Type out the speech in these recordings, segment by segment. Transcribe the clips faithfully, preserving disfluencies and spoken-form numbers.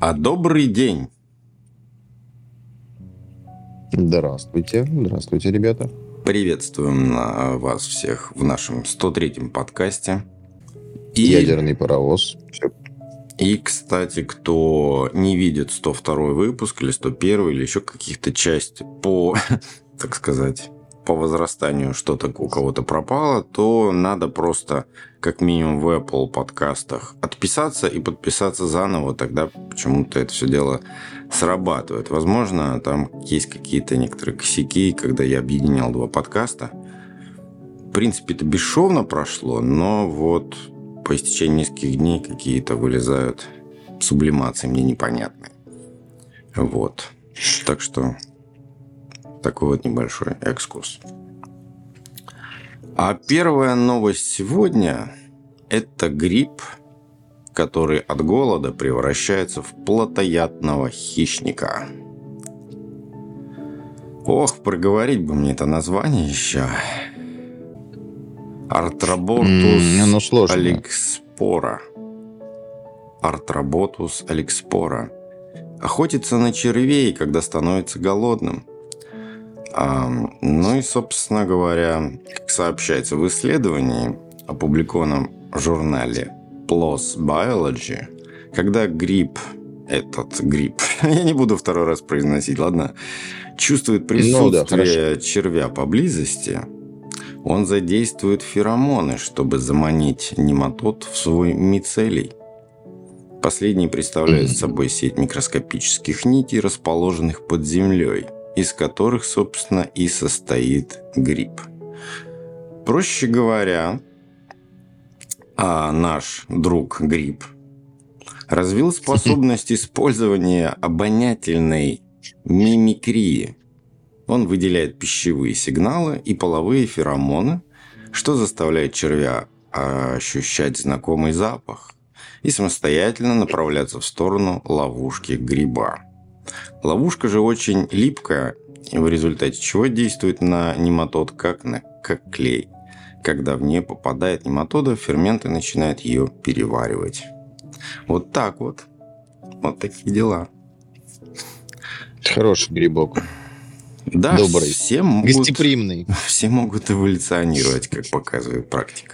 А добрый день. Здравствуйте. Здравствуйте, ребята. Приветствуем на- вас всех в нашем сто третьем подкасте. И, Ядерный паровоз. Всё. и, кстати, кто не видит сто второй выпуск или сто первый, или еще каких-то часть по, так сказать, по возрастанию что-то у кого-то пропало, то надо просто, как минимум в Apple подкастах, отписаться и подписаться заново. Тогда почему-то это все дело срабатывает. Возможно, там есть какие-то некоторые косяки, когда я объединял два подкаста. В принципе, это бесшовно прошло, но вот по истечении нескольких дней какие-то вылезают сублимации мне непонятные. Вот. Так что такой вот небольшой экскурс. А первая новость сегодня – это гриб, который от голода превращается в плотоядного хищника. Ох, проговорить бы мне это название еще. Arthrobotus Mm, оно сложное. аликспора. Arthrobotus аликспора. Охотится на червей, когда становится голодным. А, ну и, собственно говоря, как сообщается в исследовании, опубликованном в журнале пи эл о эс Biology, когда гриб, этот гриб, я не буду второй раз произносить, ладно, чувствует присутствие Ну да, червя поблизости, он задействует феромоны, чтобы заманить нематод в свой мицелий. Последний представляет Мгм. собой сеть микроскопических нитей, расположенных под землей, из которых, собственно, и состоит гриб. Проще говоря, а наш друг гриб развил способность использования обонятельной мимикрии. Он выделяет пищевые сигналы и половые феромоны, что заставляет червя ощущать знакомый запах и самостоятельно направляться в сторону ловушки гриба. Ловушка же очень липкая, в результате чего действует на нематод как, на, как клей. Когда в нее попадает нематода, ферменты начинают ее переваривать. Вот так вот. Вот такие дела. Хороший грибок. Да, Добрый. все могут, Гостеприимный. все могут эволюционировать, как показывает практика.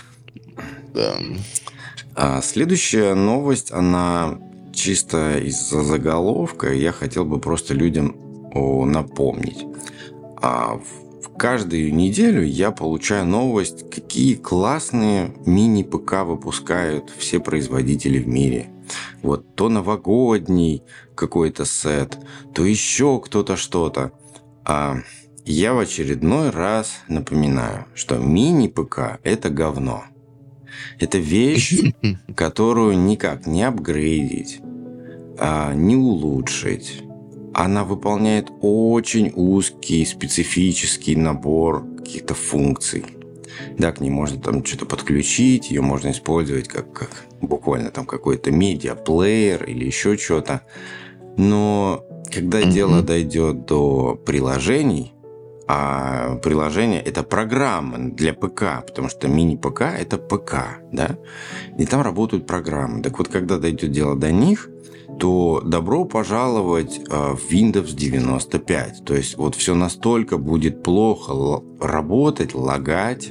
Да. А следующая новость, она чисто из-за заголовка. Я хотел бы просто людям о, напомнить. А в каждую неделю я получаю новость, какие классные мини-ПК выпускают все производители в мире. Вот то новогодний какой-то сет, то еще кто-то что-то. А я в очередной раз напоминаю, что мини-ПК – это говно. Это вещь, которую никак не апгрейдить, а не улучшить. Она выполняет очень узкий, специфический набор каких-то функций. Да, к ней можно там что-то подключить, ее можно использовать как, как буквально там какой-то медиаплеер или еще что-то. Но когда mm-hmm. дело дойдет до приложений, а приложение – это программы для ПК, потому что мини-ПК – это ПК, да? И там работают программы. Так вот, когда дойдет дело до них, то добро пожаловать в Windows девяносто пять. То есть вот все настолько будет плохо работать, лагать,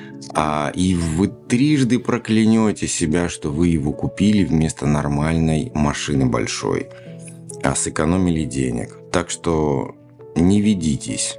и вы трижды проклянете себя, что вы его купили вместо нормальной машины большой, а сэкономили денег. Так что не ведитесь.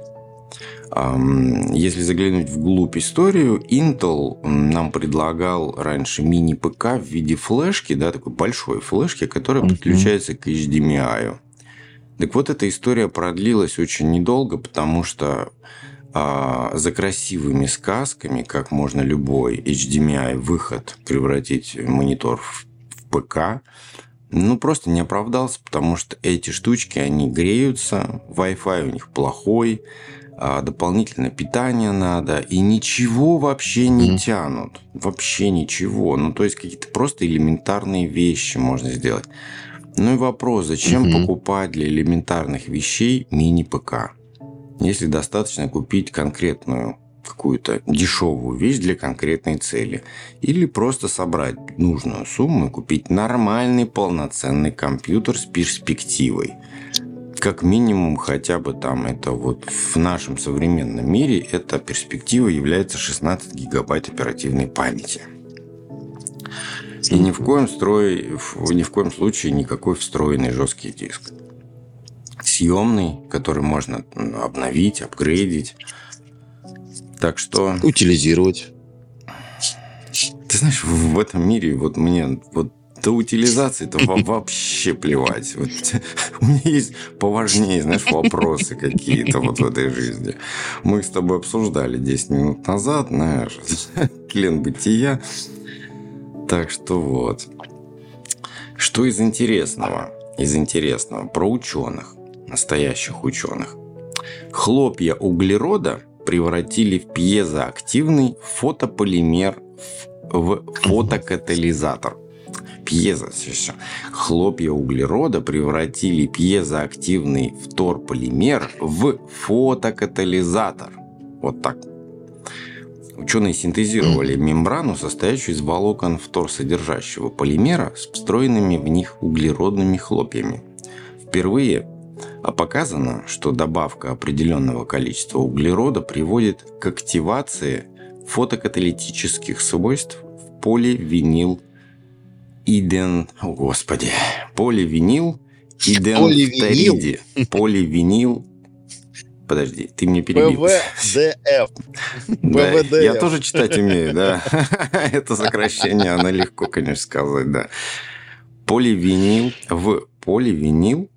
Если заглянуть вглубь историю, Intel нам предлагал раньше мини-ПК в виде флешки, да, такой большой флешки, которая uh-huh. подключается к эйч ди эм ай. Так вот, эта история продлилась очень недолго, потому что а, за красивыми сказками, как можно любой эйч ди эм ай выход превратить монитор в, в ПК, ну, просто не оправдался, потому что эти штучки, они греются, Wi-Fi у них плохой, а дополнительное питание надо, и ничего вообще не mm-hmm. тянут. Вообще ничего. Ну, то есть, какие-то просто элементарные вещи можно сделать. Ну и вопрос, зачем mm-hmm. покупать для элементарных вещей мини-ПК? Если достаточно купить конкретную какую-то дешевую вещь для конкретной цели. Или просто собрать нужную сумму и купить нормальный полноценный компьютер с перспективой. Как минимум, хотя бы там это вот в нашем современном мире эта перспектива является шестнадцать гигабайт оперативной памяти. И ни в коем, строй, ни в коем случае никакой встроенный жесткий диск. Съемный, который можно обновить, апгрейдить. Так что... Утилизировать. Ты знаешь, в этом мире вот мне вот до утилизации-то вообще плевать. Вот, у меня есть поважнее, знаешь, вопросы какие-то вот в этой жизни. Мы их с тобой обсуждали десять минут назад, знаешь, тлен бытия. Так что вот. Что из интересного? Из интересного про ученых, настоящих ученых. Хлопья углерода превратили в пьезоактивный фотополимер в фотокатализатор. Пьезо, все. Хлопья углерода превратили пьезоактивный фторполимер в фотокатализатор. Вот так. Ученые синтезировали мембрану, состоящую из волокон фторсодержащего полимера с встроенными в них углеродными хлопьями. Впервые показано, что добавка определенного количества углерода приводит к активации фотокаталитических свойств в поливинил иден... О, Господи. Поливинил иденфториде. Поливинил... Подожди, ты мне перебил. ПВДФ. Да, я тоже читать умею, да. Это сокращение, оно легко, конечно, сказать, да. Поливинил в поливинил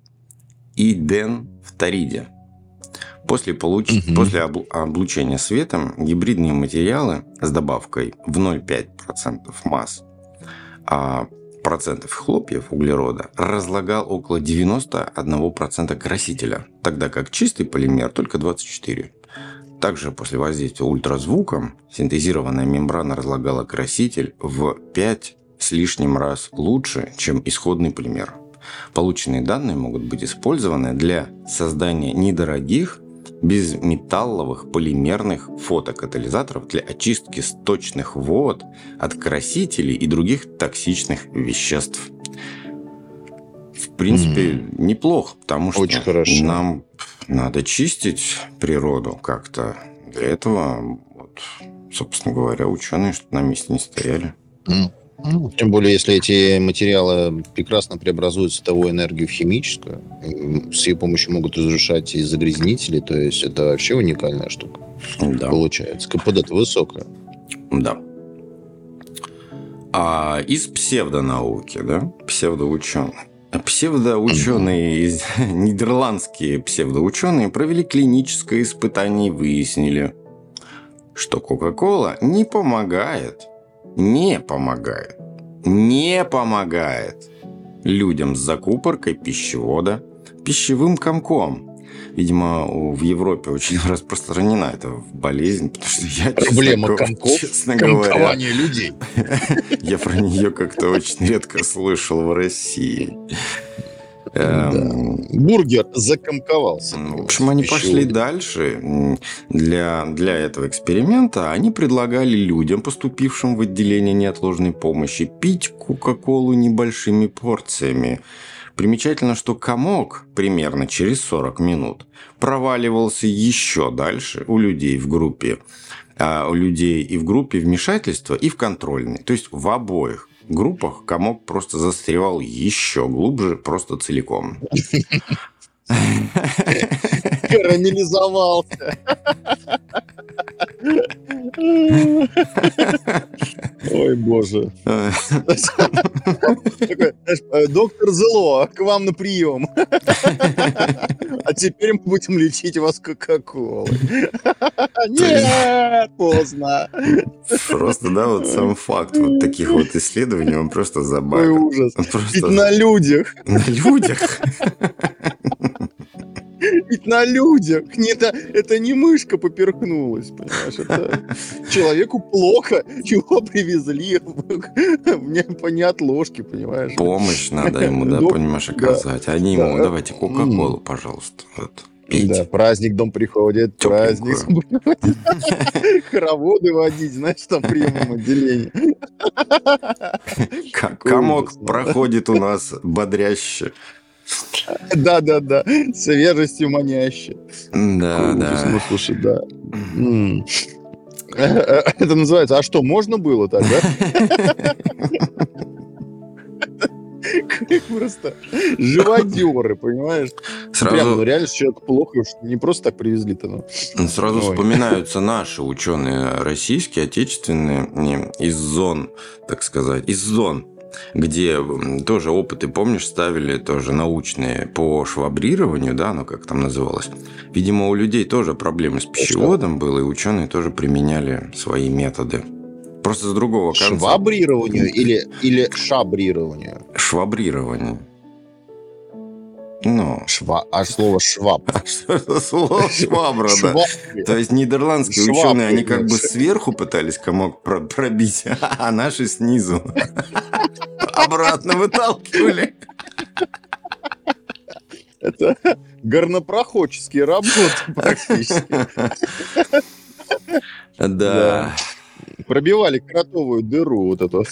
иденфториде. После, получ... угу. После облучения светом гибридные материалы с добавкой в ноль целых пять десятых процента масс а процентов хлопьев углерода разлагал около девяносто один процент красителя, тогда как чистый полимер только двадцать четыре процента. Также после воздействия ультразвуком синтезированная мембрана разлагала краситель в пять с лишним раз лучше, чем исходный полимер. Полученные данные могут быть использованы для создания недорогих безметалловых полимерных фотокатализаторов для очистки сточных вод от красителей и других токсичных веществ. В принципе, mm. неплохо, потому что Очень хорошо. Нам надо чистить природу как-то. Для этого, вот, собственно говоря, ученые что на месте не стояли. Mm. Ну, тем более, если эти материалы прекрасно преобразуют световую энергию в химическую, с ее помощью могут разрушать и загрязнители, то есть это вообще уникальная штука. Да. Получается. КПД-то высокая. Да. А из псевдонауки, да, псевдоученые. Псевдоученые, из... нидерландские псевдоученые провели клиническое испытание и выяснили, что Кока-Кола не помогает Не помогает. Не помогает людям с закупоркой пищевода пищевым комком. Видимо, в Европе очень распространена эта болезнь, потому что я, Проблема честно, комков, честно говоря, комкование людей. Я про нее как-то очень редко слышал в России. Да. Бургер закомковался. В общем, они пошли дальше. Для, для этого эксперимента они предлагали людям, поступившим в отделение неотложной помощи, пить Кока-Колу небольшими порциями. Примечательно, что комок примерно через сорок минут проваливался еще дальше у людей в группе, а у людей и в группе вмешательства, и в контрольной. То есть в обоих группах комок просто застревал еще глубже, просто целиком. Карамелизовался. Ой, боже. Доктор Зло, к вам на прием. А теперь мы будем лечить вас Кока-Колой. Нет, поздно. Просто, да, вот сам факт вот таких вот исследований, он просто забавен. Ой, ужас. Он просто... Ведь на людях. На людях? Ведь на людях. Не, это, это не мышка поперхнулась, понимаешь? Это человеку плохо, его привезли в, по неотложке, понимаешь? Помощь надо ему, да, понимаешь, оказать. Они ему, давайте Кока-Колу, пожалуйста. петь. Да, праздник дом приходит, праздник хороводы водить, знаешь, там приемном отделении. Комок проходит у нас бодряще. Да-да-да, свежестью маняще. Да, да. Ну, слушай, да. Это называется, а что, можно было так, да? Просто живодеры, понимаешь? Сразу... Прям, ну реально, человек плохо, не просто так привезли-то. Ну. Сразу Ой. Вспоминаются наши ученые российские, отечественные, из зон, так сказать, из зон, где тоже опыты, помнишь, ставили тоже научные по швабрированию, да, ну как там называлось. Видимо, у людей тоже проблемы с пищеводом было, и ученые тоже применяли свои методы. Просто с другого конца. Швабрированию или, или шабрированию? Швабрирование. Ну. Шва... А слово шваб. Слово швабра, да. То есть нидерландские ученые, они как бы сверху пытались комок пробить, а наши снизу обратно выталкивали. Это горнопроходческие работы практически. Да. Пробивали кротовую дыру вот эту.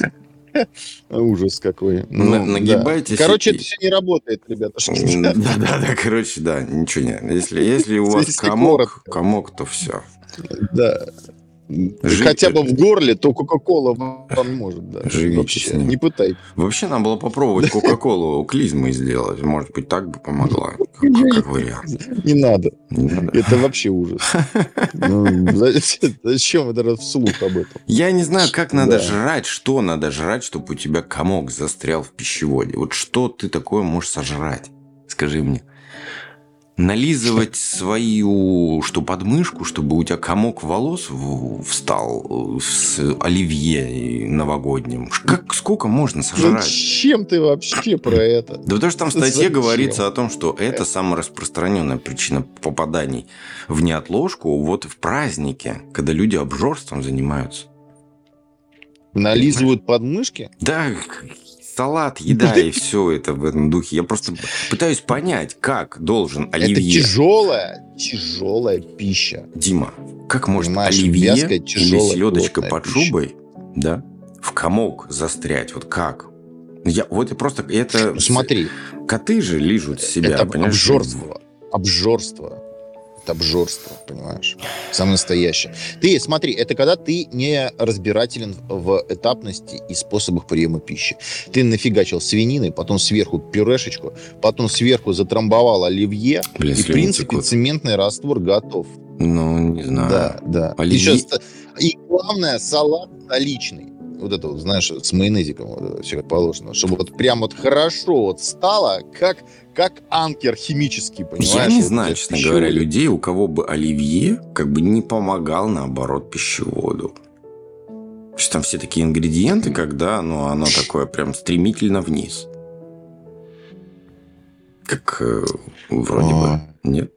Ужас какой. Ну, нагибайтесь. Да. Короче, и... это все не работает, ребята. Да-да-да, короче, да, ничего нет. Если, если у вас комок, комок, то все. Да. Жить... Хотя бы в горле, то Кока-Кола вам может, да. Вообще, не пытай. Вообще, надо было попробовать Кока-Колу клизмой сделать. Может быть, так бы помогла. Как, как вариант. Не надо. Не надо. Это вообще ужас. Ну, зачем это вслух об этом? Я не знаю, как надо да. жрать, что надо жрать, чтобы у тебя комок застрял в пищеводе. Вот что ты такое можешь сожрать? Скажи мне. Нализывать свою, что подмышку, чтобы у тебя комок волос встал с оливье новогодним. Как, сколько можно сожрать? Зачем ты вообще про это? Да потому что там в статье Зачем? говорится о том, что это самая распространенная причина попаданий в неотложку вот в празднике, когда люди обжорством занимаются. Нализывают подмышки? Да, салат, еда и все это в этом духе. Я просто пытаюсь понять, как должен оливье... Это тяжелая, тяжелая пища. Дима, как может Понимаешь, оливье вязкая, или селедочка под пища. шубой, да, в комок застрять? Вот как? Я, вот и просто... Это... Ну, смотри. Коты же лижут себя, это понимаешь? обжорство. Обжорство. Обжорство, понимаешь? Самое настоящее. Ты смотри, это когда ты не разбирателен в этапности и способах приема пищи. Ты нафигачил свинины, потом сверху пюрешечку, потом сверху затрамбовал оливье, Блин, и, в принципе, текут. цементный раствор готов. Ну, не знаю. Да, да. Оливье... И, сейчас... и главное, салат наличный. Вот это вот, знаешь, с майонезиком вот это все как положено. Чтобы вот прям вот хорошо вот стало, как, как анкер химический, понимаешь? Я не вот знаю, честно пищеводу. говоря, людей, у кого бы оливье как бы не помогал, наоборот, пищеводу. То есть там все такие ингредиенты, когда ну, оно такое прям стремительно вниз. Как э, вроде О. бы. Нет?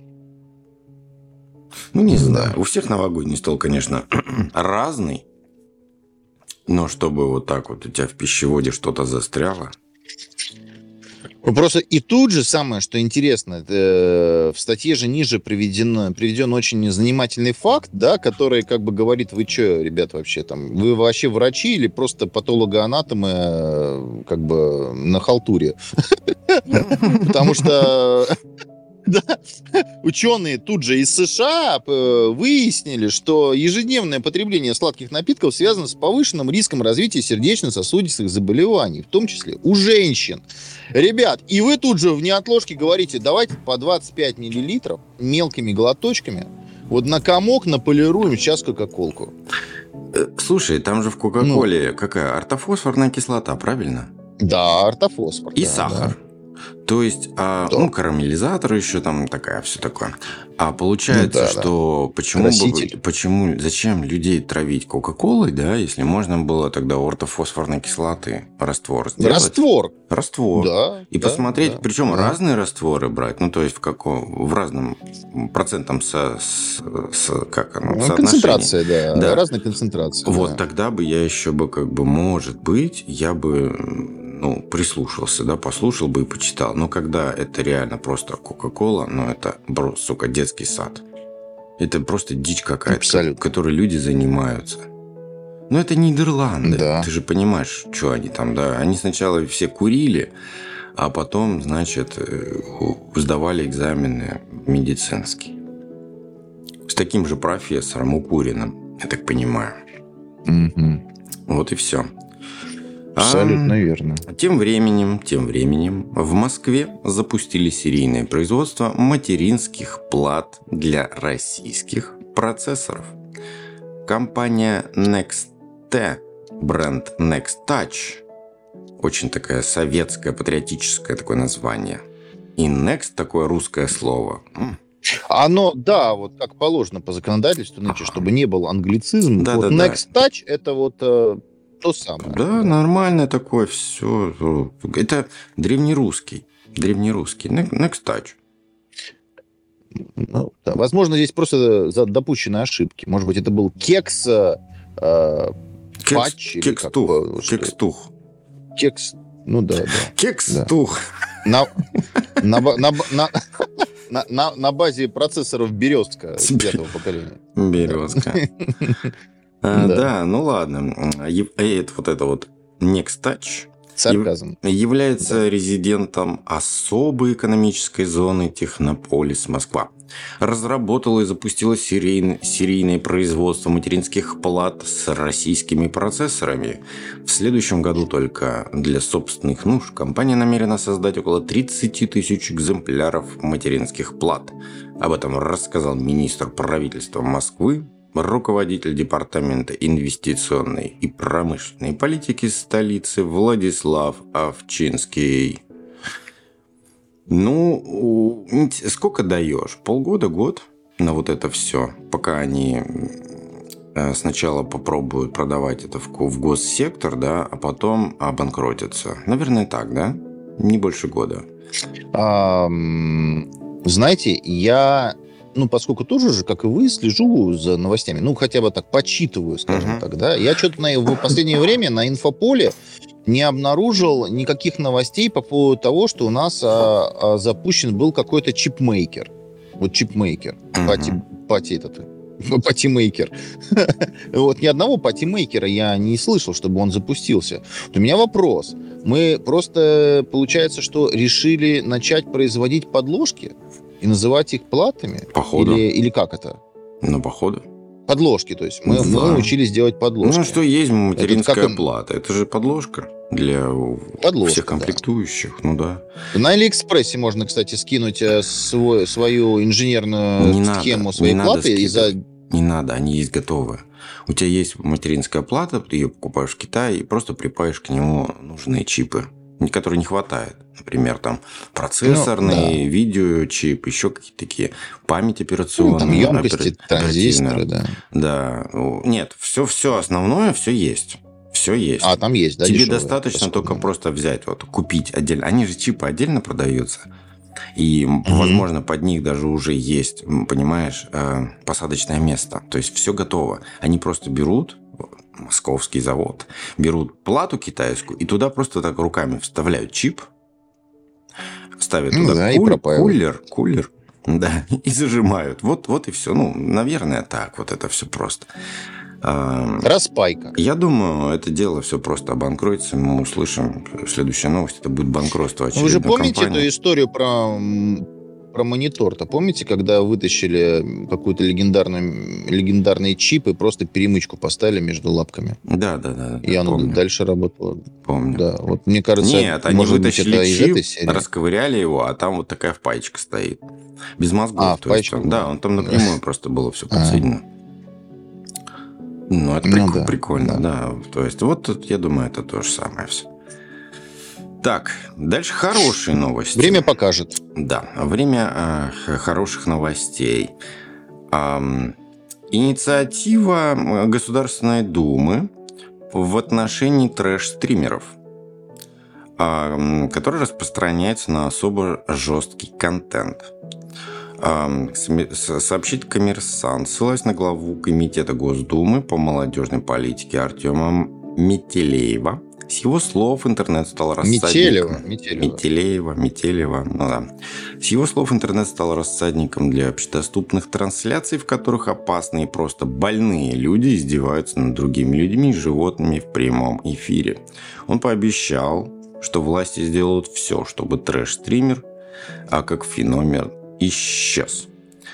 Ну, не знаю. У всех новогодний стол, конечно, разный. Но чтобы вот так вот у тебя в пищеводе что-то застряло. Просто и тут же самое, что интересно, э, в статье же ниже приведен, приведен очень занимательный факт, да, который как бы говорит, вы что, ребят, вообще там, вы вообще врачи или просто патологоанатомы э, как бы на халтуре? Потому что... Да. Ученые тут же из США выяснили, что ежедневное потребление сладких напитков связано с повышенным риском развития сердечно-сосудистых заболеваний, в том числе у женщин. Ребят, и вы тут же в неотложке говорите, давайте по двадцать пять миллилитров мелкими глоточками вот на комок наполируем сейчас кока-колку. Слушай, там же в кока-коле ну, какая? Ортофосфорная кислота, правильно? Да, ортофосфор. И да, сахар. Да. То есть, а, ну, карамелизатор еще там такая, все такое. А получается, ну, да, что да. почему бы, почему, зачем людей травить Кока-Колой, да, если можно было тогда ортофосфорной кислоты раствор сделать? Раствор. Раствор. Да. И да, посмотреть, да, причем да. разные растворы брать, ну, то есть в каком, в разном процентном со, с, с, как оно, ну, концентрация, да, да. Разная концентрация. Вот да. тогда бы я еще бы как бы, может быть, я бы ну, прислушался, да, послушал бы и почитал. Но когда это реально просто Кока-Кола, ну, это, бро, сука, детский сад. Это просто дичь какая-то, которой люди занимаются. Но это Нидерланды. Да. Ты же понимаешь, что они там, да. Они сначала все курили, а потом, значит, сдавали экзамены медицинские. С таким же профессором укуренным, я так понимаю. Угу. Вот и все. Абсолютно а, верно. Тем временем, тем временем в Москве запустили серийное производство материнских плат для российских процессоров. Компания Next-T, бренд Next-Touch, очень такая советское, патриотическое такое название. И Next такое русское слово. Оно, да, вот как положено по законодательству, нынче, чтобы не был англицизм. Да, вот да, Next-Touch да. это вот э, то самое. Да, да, нормальное такое все. Это древнерусский. Древнерусский. Next-Touch. Ну, да. Возможно, здесь просто допущены ошибки. Может быть, это был кекс, э, кекс патч. Кекстух. Кекстух. Кекс, ну да, да. Кекстух. Да. На, на, на, на, на, на, на базе процессоров «Березка» пятого поколения. «Березка». Да, ну ладно. Вот это вот Next-Touch Сарказм. является да. резидентом особой экономической зоны Технополис Москва. Разработала и запустила серийное, серийное производство материнских плат с российскими процессорами. В следующем году только для собственных нужд компания намерена создать около тридцать тысяч экземпляров материнских плат. Об этом рассказал министр правительства Москвы, руководитель департамента инвестиционной и промышленной политики столицы Владислав Овчинский. Ну, сколько даешь? Полгода, год на вот это все, пока они сначала попробуют продавать это в госсектор, да, а потом обанкротятся. Наверное, так, да? Не больше года. А, знаете, я... Ну, поскольку тоже же, как и вы, слежу за новостями, ну, хотя бы так, почитываю, скажем uh-huh. так, да. Я что-то на, в последнее время на инфополе не обнаружил никаких новостей по поводу того, что у нас а, а, запущен был какой-то чипмейкер. Вот чипмейкер. Uh-huh. Пати, пати этот... Патимейкер. Вот ни одного патимейкера я не слышал, чтобы он запустился. Вот у меня вопрос. Мы просто, получается, что решили начать производить подложки и называть их платами? Походу. Или, или как это? Ну, походу. Подложки, то есть мы, да. мы научились делать подложки. Ну, что есть материнская это плата? Это же подложка для подложка, всех комплектующих. Да. Ну, да. На Алиэкспрессе можно, кстати, скинуть свой, свою инженерную не схему надо, своей не платы. Надо и за... Не надо, они есть готовые. У тебя есть материнская плата, ты ее покупаешь в Китае и просто припаешь к нему нужные чипы, которые не хватает. Например, там процессорный, ну, да. видеочип, еще какие-то такие, память операционная. Ну, там емкости, транзисторы, да. Да. Нет, все, все основное, все есть. Все есть. А, там есть, да? Тебе дешевые, достаточно только просто взять, вот, купить отдельно. Они же чипы отдельно продаются. И, mm-hmm. возможно, под них даже уже есть, понимаешь, посадочное место. То есть все готово. Они просто берут, московский завод, берут плату китайскую и туда просто так руками вставляют чип, ставят ну, туда да, кулер, кулер, кулер, да, и зажимают. Вот, вот и все. Ну, наверное, так. Вот это все просто. Распайка. Я думаю, это дело все просто обанкротится. Мы услышим следующая новость. Это будет банкротство очередной Вы же помните компании. эту историю про, про монитор-то? Помните, когда вытащили какой-то легендарный, легендарный чип и просто перемычку поставили между лапками? Да, да, да. И оно помню. дальше работало. Помню. Да, вот мне кажется, Нет, они может вытащили быть, это чип, из этой серии. расковыряли его, а там вот такая впаечка стоит. Без мозгов. А, то есть, там, да, он там напрямую просто было все подсоединено. Ну, это ну, прик- да, прикольно, да. да. То есть, вот тут, я думаю, это то же самое все. Так, дальше хорошие новости. Время покажет. Да, время э, хороших новостей. Эм, инициатива Государственной Думы в отношении трэш-стримеров, э, который распространяется на особо жесткий контент. Сообщит «Коммерсант», ссылаясь на главу Комитета Госдумы по молодежной политике Артема Метелеева. С его слов интернет стал рассадником... Метелева. Метелева. Метелеева, Метелева, ну да. С его слов интернет стал рассадником для общедоступных трансляций, в которых опасные и просто больные люди издеваются над другими людьми и животными в прямом эфире. Он пообещал, что власти сделают все, чтобы трэш-стример, а как феномен, исчез.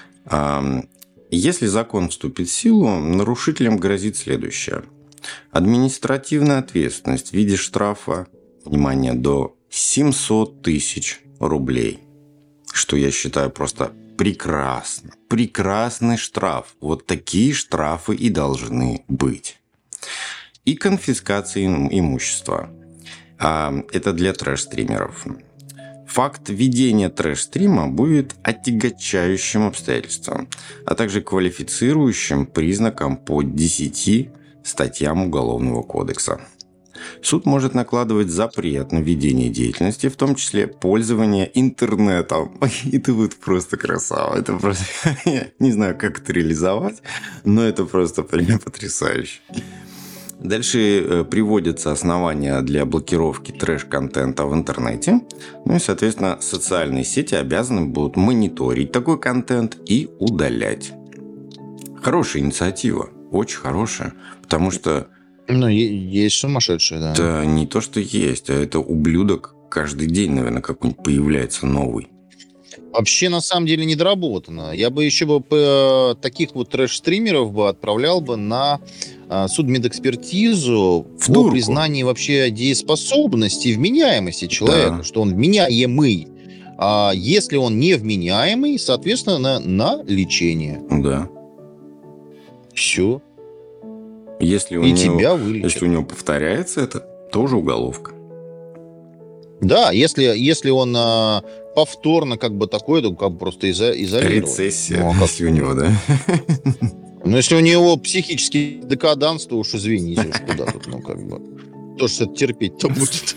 Если закон вступит в силу, нарушителям грозит следующее. Административная ответственность в виде штрафа, внимание, до семьсот тысяч рублей. Что я считаю просто прекрасно. Прекрасный штраф. Вот такие штрафы и должны быть. И конфискация имущества. Это для трэш-стримеров. Факт ведения трэш-стрима будет отягчающим обстоятельством, а также квалифицирующим признаком по десяти статьям Уголовного кодекса. Суд может накладывать запрет на ведение деятельности, в том числе пользование интернетом. Это вот просто красава. Это просто... Я не знаю, как это реализовать, но это просто прям потрясающе. Дальше приводятся основания для блокировки трэш-контента в интернете. Ну и, соответственно, социальные сети обязаны будут мониторить такой контент и удалять. Хорошая инициатива. Очень хорошая. Потому что... Ну, есть сумасшедшие, да. Это не то, что есть, а это ублюдок каждый день, наверное, какой-нибудь появляется новый. Вообще, на самом деле, недоработано. Я бы еще бы таких вот трэш-стримеров бы отправлял бы на судмедэкспертизу в по дурку. признанию вообще дееспособности и вменяемости человека, Да. что он вменяемый. А если он невменяемый, соответственно, на, на лечение. Да. Все. Если у И него, тебя вылечат. если у него повторяется, это тоже уголовка. Да, если, если он а, повторно как бы такой, то как бы просто изо, изолировать. Рецессия, Ну, а как- если у него, да? Ну, если у него психический декаданс, то уж извините, уж куда тут, ну, как бы. То, что это терпеть-то будет.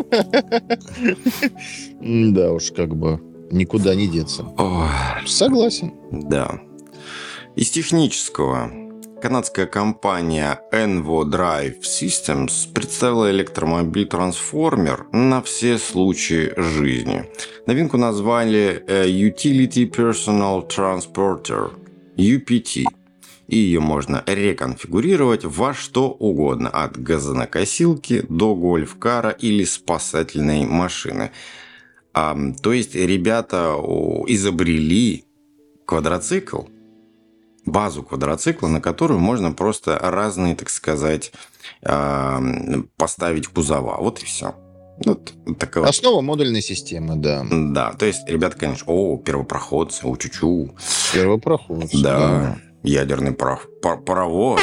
Да уж, как бы, никуда не деться. Ой, Согласен. да. Из технического. Канадская компания Envo Drive Systems представила электромобиль Transformer на все случаи жизни. Новинку назвали Utility Personal Transporter, ю пи ти. И ее можно реконфигурировать во что угодно, от газонокосилки до гольф-кара или спасательной машины. А, то есть ребята изобрели квадроцикл, базу квадроцикла, на которую можно просто разные, так сказать, поставить кузова. Вот и все. Вот такая Основа модульной системы, да. Да, то есть ребята, конечно, о, первопроходцы, у чу-чу. Первопроходцы. Да, ядерный паров- пар- паровоз.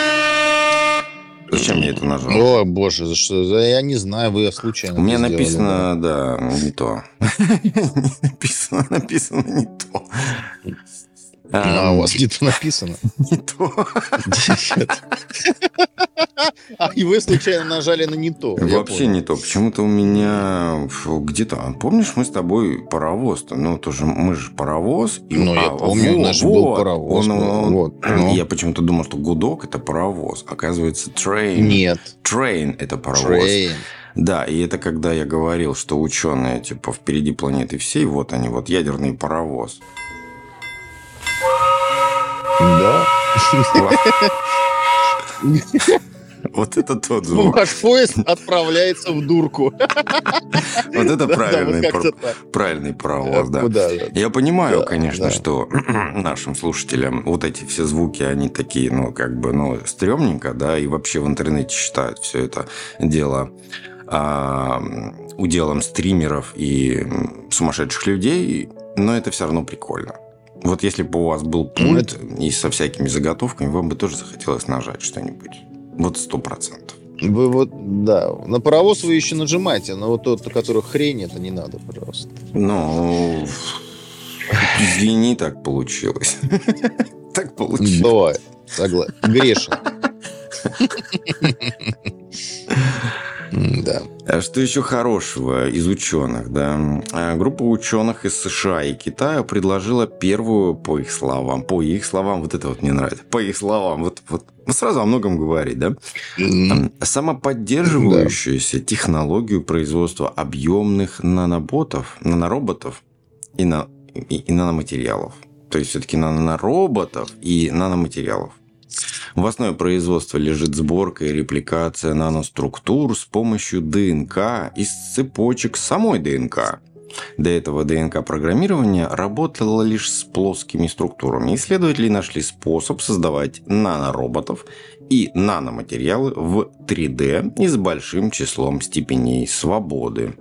Зачем я это нажал? О, боже, за что? За- Я не знаю, вы случайно У меня это сделали, написано, да, не то. Написано, написано не то. да. А у вас где-то написано. Не то. А и вы случайно нажали на не то. я Вообще понял. не то. Почему-то у меня фу, где-то... а Помнишь, мы с тобой паровоз-то? Ну, тоже мы же паровоз. И, Ну, я а, помню, у нас же был паровоз, Он- да, он- вот, ну. Я почему-то думал, что гудок – это паровоз. Оказывается, train. Нет. Train – это паровоз. Трейн. Да, и это когда я говорил, что ученые, типа, впереди планеты всей, вот они, вот ядерный паровоз. Да. Вот это тот звук. Ваш поезд отправляется в дурку. Вот это Да, да, правильный вот как-то пар- так. правильный паровоз, да. Куда, да. Я понимаю, Да, конечно, да. что нашим слушателям вот эти все звуки, они такие, ну, как бы, ну, стрёмненько, да, и вообще в интернете считают все это дело а, уделом стримеров и сумасшедших людей, но это все равно прикольно. Вот если бы у вас был пульт и со всякими заготовками, вам бы тоже захотелось нажать что-нибудь. Вот сто процентов. Вы вот, да. На паровоз вы еще нажимаете, но вот тот, у которого хрень, это не надо, пожалуйста. Ну, извини, так получилось. Так получилось. Бывает. Согласен. Грешен. Да. А что еще хорошего из ученых? Да? Группа ученых из США и Китая предложила первую, по их словам, по их словам, вот это вот мне нравится, по их словам, вот, вот сразу о многом говорить, да? Mm-hmm. Самоподдерживающуюся да. технологию производства объемных наноботов, нанороботов и, на, и, и наноматериалов. То есть все-таки нанороботов и наноматериалов. В основе производства лежит сборка и репликация наноструктур с помощью ДНК из цепочек самой ДНК. До этого ДНК-программирование работало лишь с плоскими структурами. Исследователи нашли способ создавать нанороботов и наноматериалы в три дэ и с большим числом степеней свободы.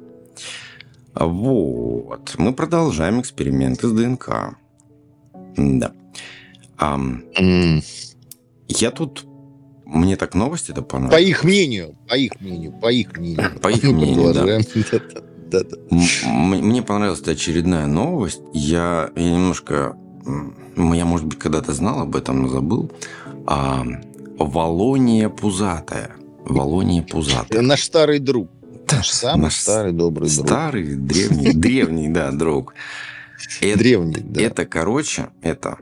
Вот. Мы продолжаем эксперименты с ДНК. Да. Um, mm. Я тут... Мне так новости это понравилось. По их мнению. По их мнению. По их мнению. По их мнению, да. Да, да. Мне понравилась эта очередная новость. Я, я немножко... Я, может быть, когда-то знал об этом, но забыл. А, Волония пузатая. Волония пузатая. Наш старый друг. Наш самый Наш старый добрый друг. Старый, древний, древний, да, друг. Древний, да. Это, короче, это...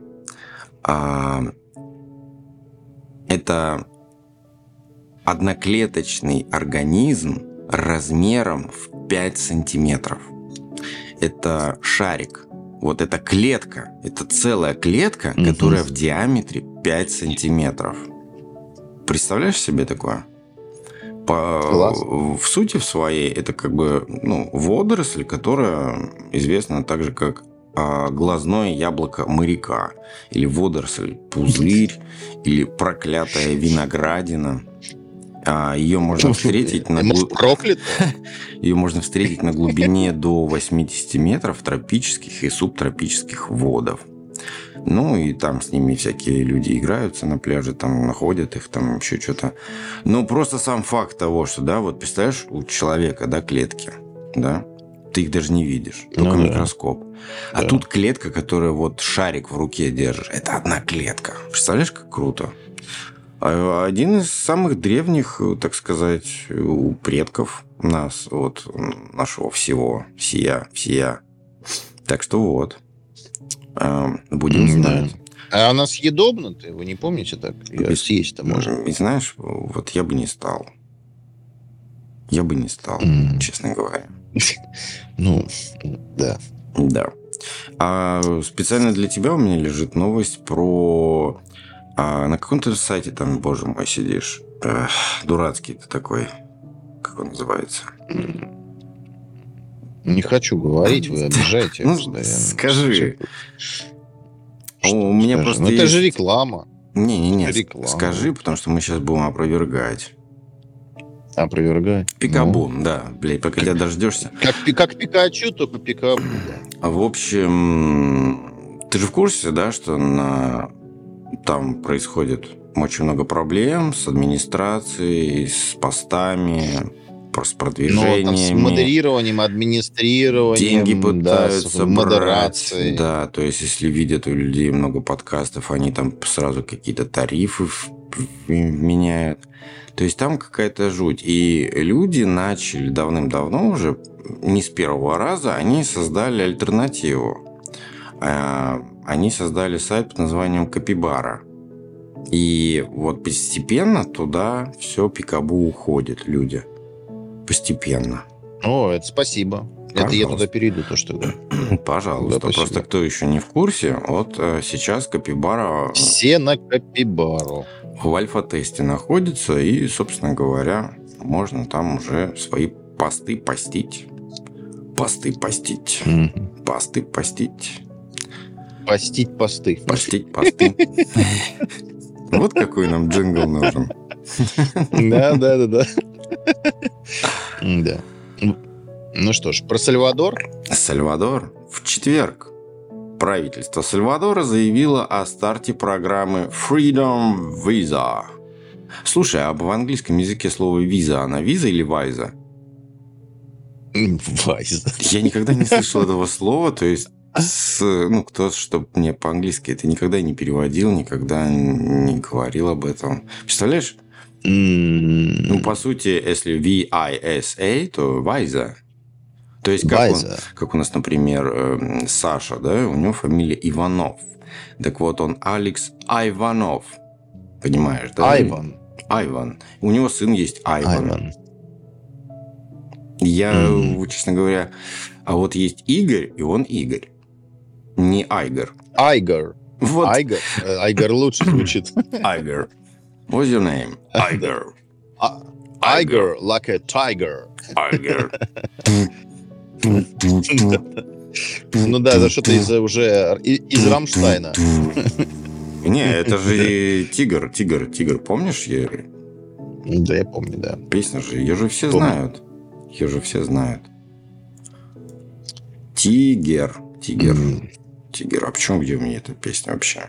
Это одноклеточный организм размером в пять сантиметров. Это шарик. Вот эта клетка. Это целая клетка, угу. которая в диаметре пять сантиметров. Представляешь себе такое? По, в сути в своей это как бы ну, водоросль, которая известна также как глазное яблоко моряка, или водоросль пузырь, или проклятая виноградина. Ее можно встретить на глу... Ее можно встретить на глубине до восемьдесят метров в тропических и субтропических водах. Ну и там с ними всякие люди играются на пляже, там находят их, там еще что-то. Ну просто сам факт того, что, да, вот представляешь, у человека, да, клетки, да, ты их даже не видишь, только ну, микроскоп. Да. А тут клетка, которая вот шарик в руке держишь. Это одна клетка. Представляешь, как круто? Один из самых древних, так сказать, у предков нас, вот, нашего всего, сия, всея. Так что вот. Будем знать. Да. А она съедобна-то? Вы не помните так? Ее съесть-то можно. И знаешь, вот я бы не стал. Я бы не стал, mm. честно говоря. Ну, да. Да. А специально для тебя у меня лежит новость про... А на каком-то сайте там, боже мой, сидишь. Эх, дурацкий ты такой. Как он называется? Не хочу говорить, вы обижаете. Ну, скажи. У меня просто Ну, это же реклама. Не-не-не, скажи, потому что мы сейчас будем опровергать. Опровергать? Пикабу, ну, да. Блядь, пока тебя дождешься. Как, как Пикачу, только Пикабу, да. В общем, ты же в курсе, да, что на... там происходит очень много проблем с администрацией, с постами, с продвижениями. Ну, с модерированием, администрированием. Деньги пытаются да, модерацией. Да, то есть, если видят у людей много подкастов, они там сразу какие-то тарифы меняют. То есть, там какая-то жуть. И люди начали давным-давно уже, не с первого раза, они создали альтернативу. Они создали сайт под названием Капибара. И вот постепенно туда все Пикабу уходит, люди. Постепенно. О, это спасибо. Пожалуйста. Это я туда перейду, то что да. Пожалуйста. Да, просто кто еще не в курсе, вот сейчас Капибара... Все на Капибару. В альфа-тесте находится, и, собственно говоря, можно там уже свои посты постить. Посты постить. Mm-hmm. Посты постить. Постить посты. Постить посты. Вот какой нам джингл нужен. Да, да, да, да. Да. Ну что ж, про Сальвадор. Сальвадор. В четверг правительство Сальвадора заявило о старте программы Freedom Visa. Слушай, а в английском языке слово виза, она виза или вайза? Вайза. Я никогда не слышал этого слова, то есть с, ну, кто, чтобы мне по-английски это никогда не переводил, никогда не говорил об этом. Представляешь, Mm. Ну, по сути, если ви ай эс эй, то Вайза. То есть, как, он, как у нас, например, Саша, да, у него фамилия Иванов. Так вот, он Алекс Айванов. Понимаешь, да? Айван. Айван. У него сын есть Айван. Айван. Я, mm. честно говоря... А вот есть Игорь, и он Игорь. Не Айгор. Айгор. Вот. Айгор. Айгор лучше звучит. Айгор. What's your name? Айгор. Айгор, like a tiger. Айгор. Ну да, это что-то из уже из Рамштайна. Не, это же тигр, тигр, тигр. Помнишь? Да, я помню, да. Песня же, ее же все знают. Ее же все знают. Тигер. Тигер. Тигер. А почему, где у меня эта песня вообще?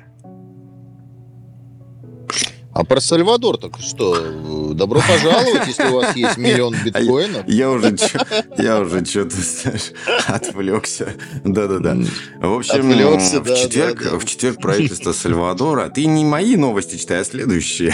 А про Сальвадор так что? Добро пожаловать, если у вас есть миллион биткоинов. Я уже, я уже что-то, знаешь, отвлекся. Да-да-да. В общем, Отвлекся, в, да, четверг, да, да. в четверг правительство Сальвадора... Ты не мои новости читай, а следующие.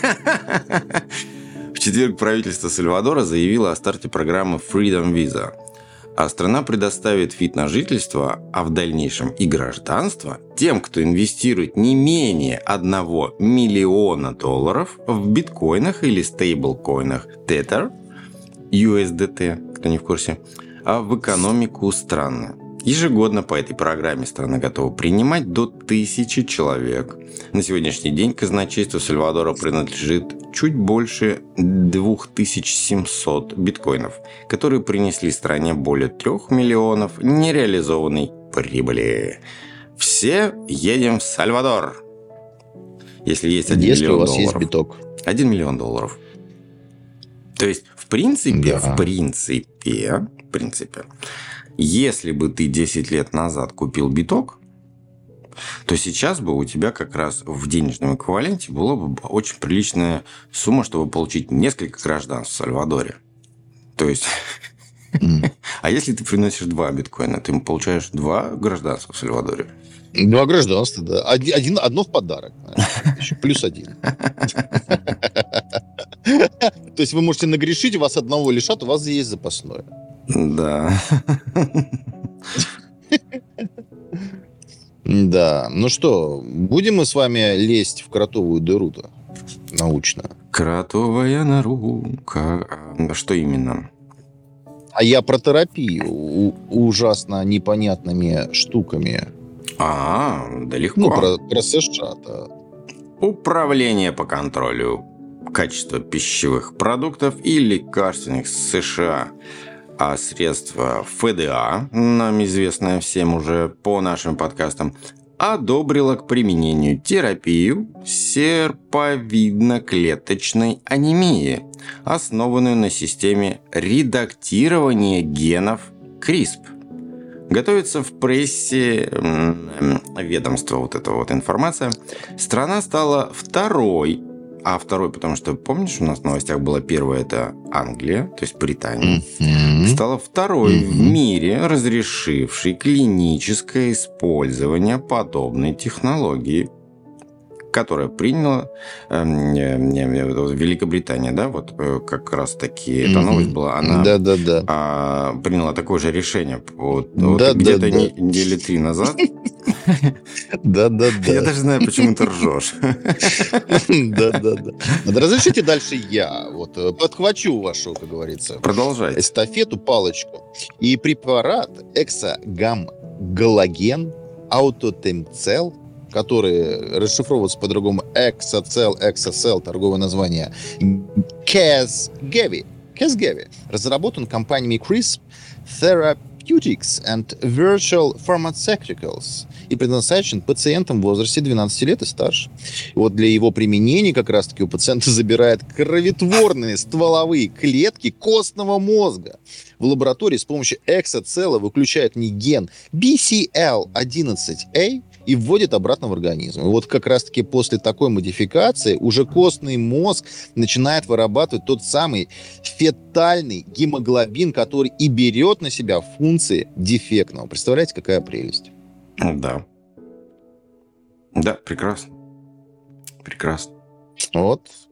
В четверг правительство Сальвадора заявило о старте программы Freedom Visa. А страна предоставит вид на жительство, а в дальнейшем и гражданство тем, кто инвестирует не менее одного миллиона долларов в биткоинах или стейблкоинах Tether, ю эс ди ти, кто не в курсе, а в экономику страны. Ежегодно по этой программе страна готова принимать до тысячи человек. На сегодняшний день казначейству Сальвадора принадлежит чуть больше две тысячи семьсот биткоинов, которые принесли стране более трех миллионов нереализованной прибыли. Все едем в Сальвадор. Если есть один Если миллион у вас долларов. есть биток. Один миллион долларов. То есть, в принципе, Да. в принципе, в принципе, если бы ты десять лет назад купил биток, то сейчас бы у тебя как раз в денежном эквиваленте была бы очень приличная сумма, чтобы получить несколько гражданств в Сальвадоре. То есть... А если ты приносишь два биткоина, ты получаешь два гражданства в Сальвадоре? Два гражданства, да. Один, один- одно в подарок. знаешь, еще плюс один. То есть вы можете нагрешить, вас одного лишат, у вас есть запасное. Да. Да. Ну что, будем мы с вами лезть в кротовую дыру-то? Научно. Кротовая наука. А что именно? А я про терапию у- ужасно непонятными штуками. А, да легко. Ну, про, про США-то. Управление по контролю качества пищевых продуктов и лекарственных США, а средства эф ди а, нам известное всем уже по нашим подкастам, одобрило к применению терапию серповидно-клеточной анемии, основанную на системе редактирования генов крисп. Готовится в прессе м, ведомства вот эта вот информация. Страна стала второй, а второй, потому что, помнишь, у нас в новостях было первое, это Англия, то есть Британия, Мгм. стала второй в Мгм. мире, разрешившей клиническое использование подобной технологии, которая приняла эм, э, э, вот Великобритания, да, вот э, как раз таки эта Мгм. новость была, она Да-да-да. а, приняла такое же решение вот, вот Да, да, где-то да. не- недели три назад. Да-да-да. Я даже знаю, почему ты ржешь. Да-да-да. Да разрешите дальше я вот э, подхвачу вашу, как говорится, Продолжайте. эстафету, палочку. И препарат эксогалоген аутотемцел, который расшифровывается по-другому эксоцел, эксоцел, торговое название Casgevy, Casgevy, разработан компаниями CRISP Therapeutics and Virtual Pharmaceuticals и предназначен пациентам в возрасте двенадцати лет и старше. И вот для его применения как раз-таки у пациента забирают кроветворные стволовые клетки костного мозга. В лаборатории с помощью эксоцелла выключают не ген би си эл одиннадцать эй и вводит обратно в организм. И вот как раз-таки после такой модификации уже костный мозг начинает вырабатывать тот самый фетальный гемоглобин, который и берет на себя функции дефектного. Представляете, какая прелесть? Да. Да, прекрасно. Прекрасно. Вот.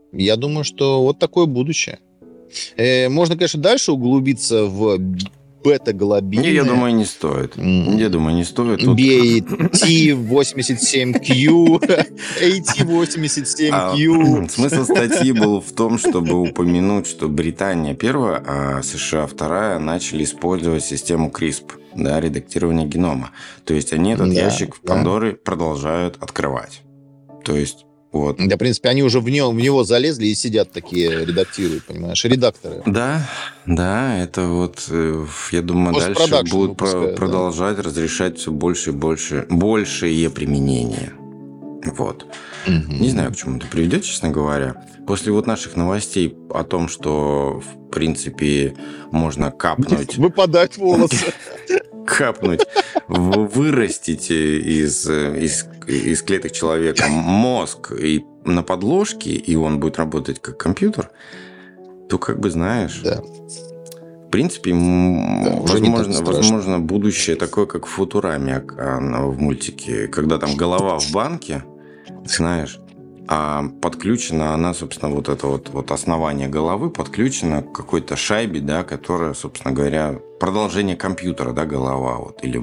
Я думаю, что вот такое будущее. Э, можно, конечно, дальше углубиться в бета-глобины. Не, я думаю, не стоит. Я думаю, не стоит. би ти восемьдесят семь кью, эй ти восемьдесят семь кью. А, смысл статьи был в том, чтобы упомянуть, что Британия первая, а США вторая начали использовать систему крисп, да, редактирование генома. То есть они этот Да, ящик в да. Пандоре продолжают открывать. То есть вот. Да, в принципе, они уже в него, в него залезли и сидят такие, редактируют, понимаешь, редакторы. Да, да, это вот, э, я думаю, дальше Постпродакшн будут про- выпускают, да. продолжать разрешать все больше и больше, большее применение. Вот. Мгм. Не знаю, к чему это приведет, честно говоря. После вот наших новостей о том, что, в принципе, можно капнуть, Выпадают волосы. капнуть, в- вырастить из, из, из клеток человека мозг и на подложке, и он будет работать как компьютер, то, как бы, знаешь, Да. в принципе, м, Да, уже не так возможно, страшно. возможно, будущее такое, как в Футураме а, на- в мультике, когда там голова в банке, знаешь, а подключена она, собственно, вот это вот, вот основание головы подключено к какой-то шайбе, да, которая, собственно говоря, продолжение компьютера, да, голова, вот, или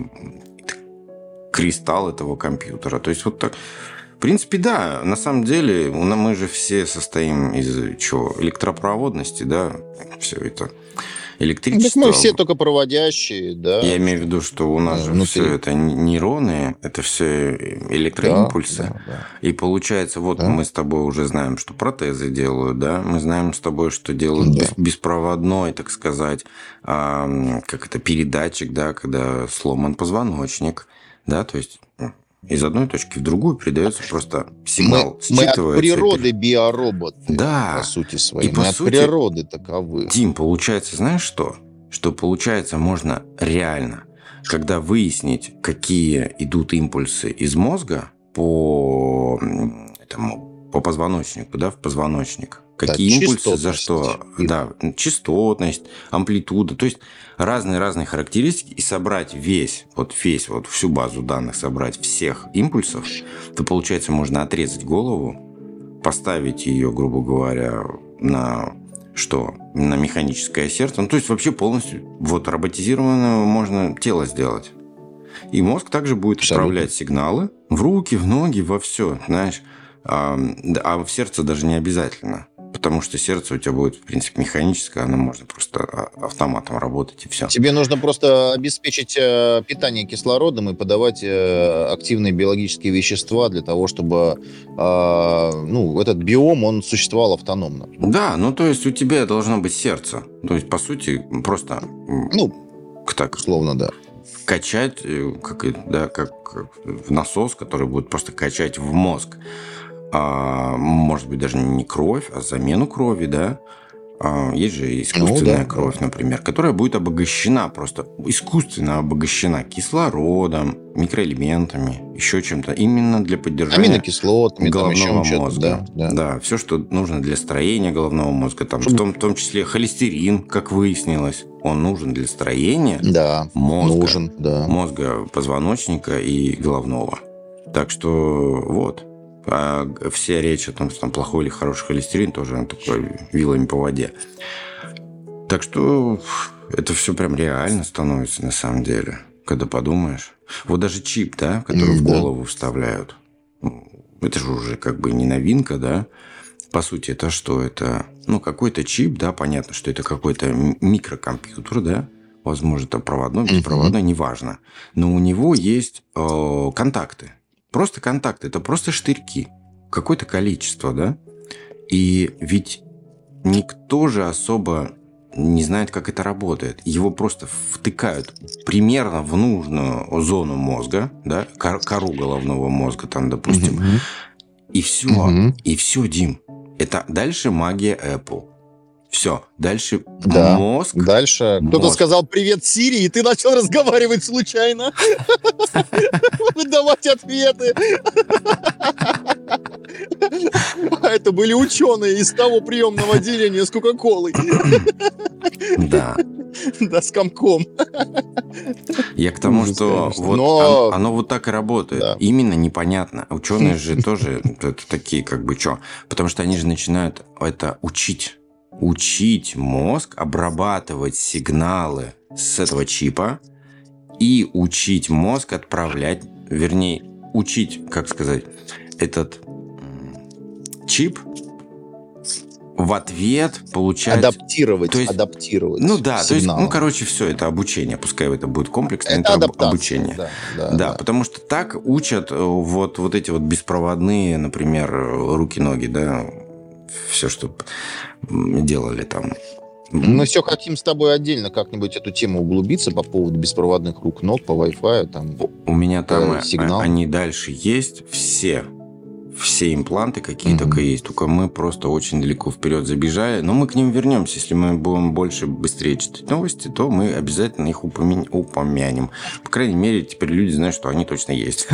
кристалл этого компьютера. То есть вот так. В принципе, да, на самом деле, у нас- мы же все состоим из чего? Электропроводности, да, все это. Так Электричество. мы все только проводящие, да. Я имею в виду, что у нас Да, же внутри. все это нейроны, это все электроимпульсы. Да, да, И получается, вот Да. мы с тобой уже знаем, что протезы делают, да, мы знаем с тобой, что делают Да. бес- беспроводной, так сказать, ам, как это, передатчик, да, когда сломан позвоночник, да, то есть м, из одной точки в другую передается просто Мы, сигнал, мы от считывается. и природы пере- биороботы, Да. по сути своей. И по мы от сути- природы таковы. Дим, получается, знаешь что? Что получается можно реально, когда выяснить, какие идут импульсы из мозга по м, этому, по позвоночнику, да, в позвоночник. Какие Да, импульсы за частотность что? их. Да, частотность, амплитуда. То есть разные-разные характеристики. И собрать весь, вот весь, вот всю базу данных, собрать всех импульсов, то, получается, можно отрезать голову, поставить ее, грубо говоря, на что? На механическое сердце. Ну, то есть вообще полностью вот роботизированное можно тело сделать. И мозг также будет Абсолютно. отправлять сигналы в руки, в ноги, во все, знаешь. А, да, а в сердце даже не обязательно. Потому что сердце у тебя будет, в принципе, механическое, оно можно просто а- автоматом работать, и все. Тебе нужно просто обеспечить э, питание кислородом и подавать э, активные биологические вещества для того, чтобы э, ну, этот биом, он существовал автономно. Да, ну то есть у тебя должно быть сердце. То есть, по сути, просто м, Ну, так условно, да. качать, э, как, и- да, как как в насос, который будет просто качать в мозг. А, может быть, даже не кровь, а замену крови, да. А, есть же искусственная Ну, да, кровь, да. например, которая будет обогащена, просто искусственно обогащена кислородом, микроэлементами, еще чем-то, именно для поддержания Аминокислотами, там еще головного что-то. мозга. Да, да. все, что нужно для строения головного мозга. Там, в, том, в том числе холестерин, как выяснилось, он нужен для строения Да, мозга, нужен, да. мозга позвоночника и головного. Так что вот. А вся речь о том, что там плохой или хороший холестерин, тоже такой вилами по воде. Так что это все прям реально становится на самом деле, когда подумаешь. Вот даже чип, да, который М, в да. голову вставляют. Ну, это же уже как бы не новинка, да. По сути, это что? Это, ну, какой-то чип, да, понятно, что это какой-то м- микрокомпьютер, да. Возможно, это проводной, беспроводной, неважно. Но у него есть э, контакты. Просто контакты. Это просто штырьки. Какое-то количество, да. И ведь никто же особо не знает, как это работает. Его просто втыкают примерно в нужную зону мозга, да, кор- кору головного мозга, там, допустим. Мгм. И все. Мгм. И все, Дим. Это дальше магия Apple. Все. Дальше Да. мозг. Дальше кто-то Мозг. сказал «Привет, Сири», и ты начал разговаривать случайно. Выдавать ответы. А это были ученые из того приемного отделения с Кока-Колой. Да. Да, с комком. Я к тому, Ужас, что конечно. вот Но- оно, оно вот так и работает. Да. Именно непонятно. Ученые же тоже это такие, как бы, что? Потому что они же начинают это учить. Учить мозг обрабатывать сигналы с этого чипа и учить мозг отправлять, вернее, учить, как сказать, этот м, чип в ответ получать... Адаптировать, То есть- адаптировать Ну да, то есть, сигналы. ну, короче, все, это обучение. Пускай это будет комплексное, это это об- адаптация. обучение. Да, да, Да, да. потому что так учат э, вот, вот эти вот беспроводные, например, руки-ноги, да, все, что м, делали там. Мы все хотим с тобой отдельно как-нибудь эту тему углубиться по поводу беспроводных рук, ног, по Wi-Fi. Там. У меня там Э, э, сигнал. они дальше есть, все. Все импланты, какие Мгм. только есть. Только мы просто очень далеко вперед забежали. Но мы к ним вернемся. Если мы будем больше, быстрее читать новости, то мы обязательно их упомя- упомянем. По крайней мере, теперь люди знают, что они точно есть.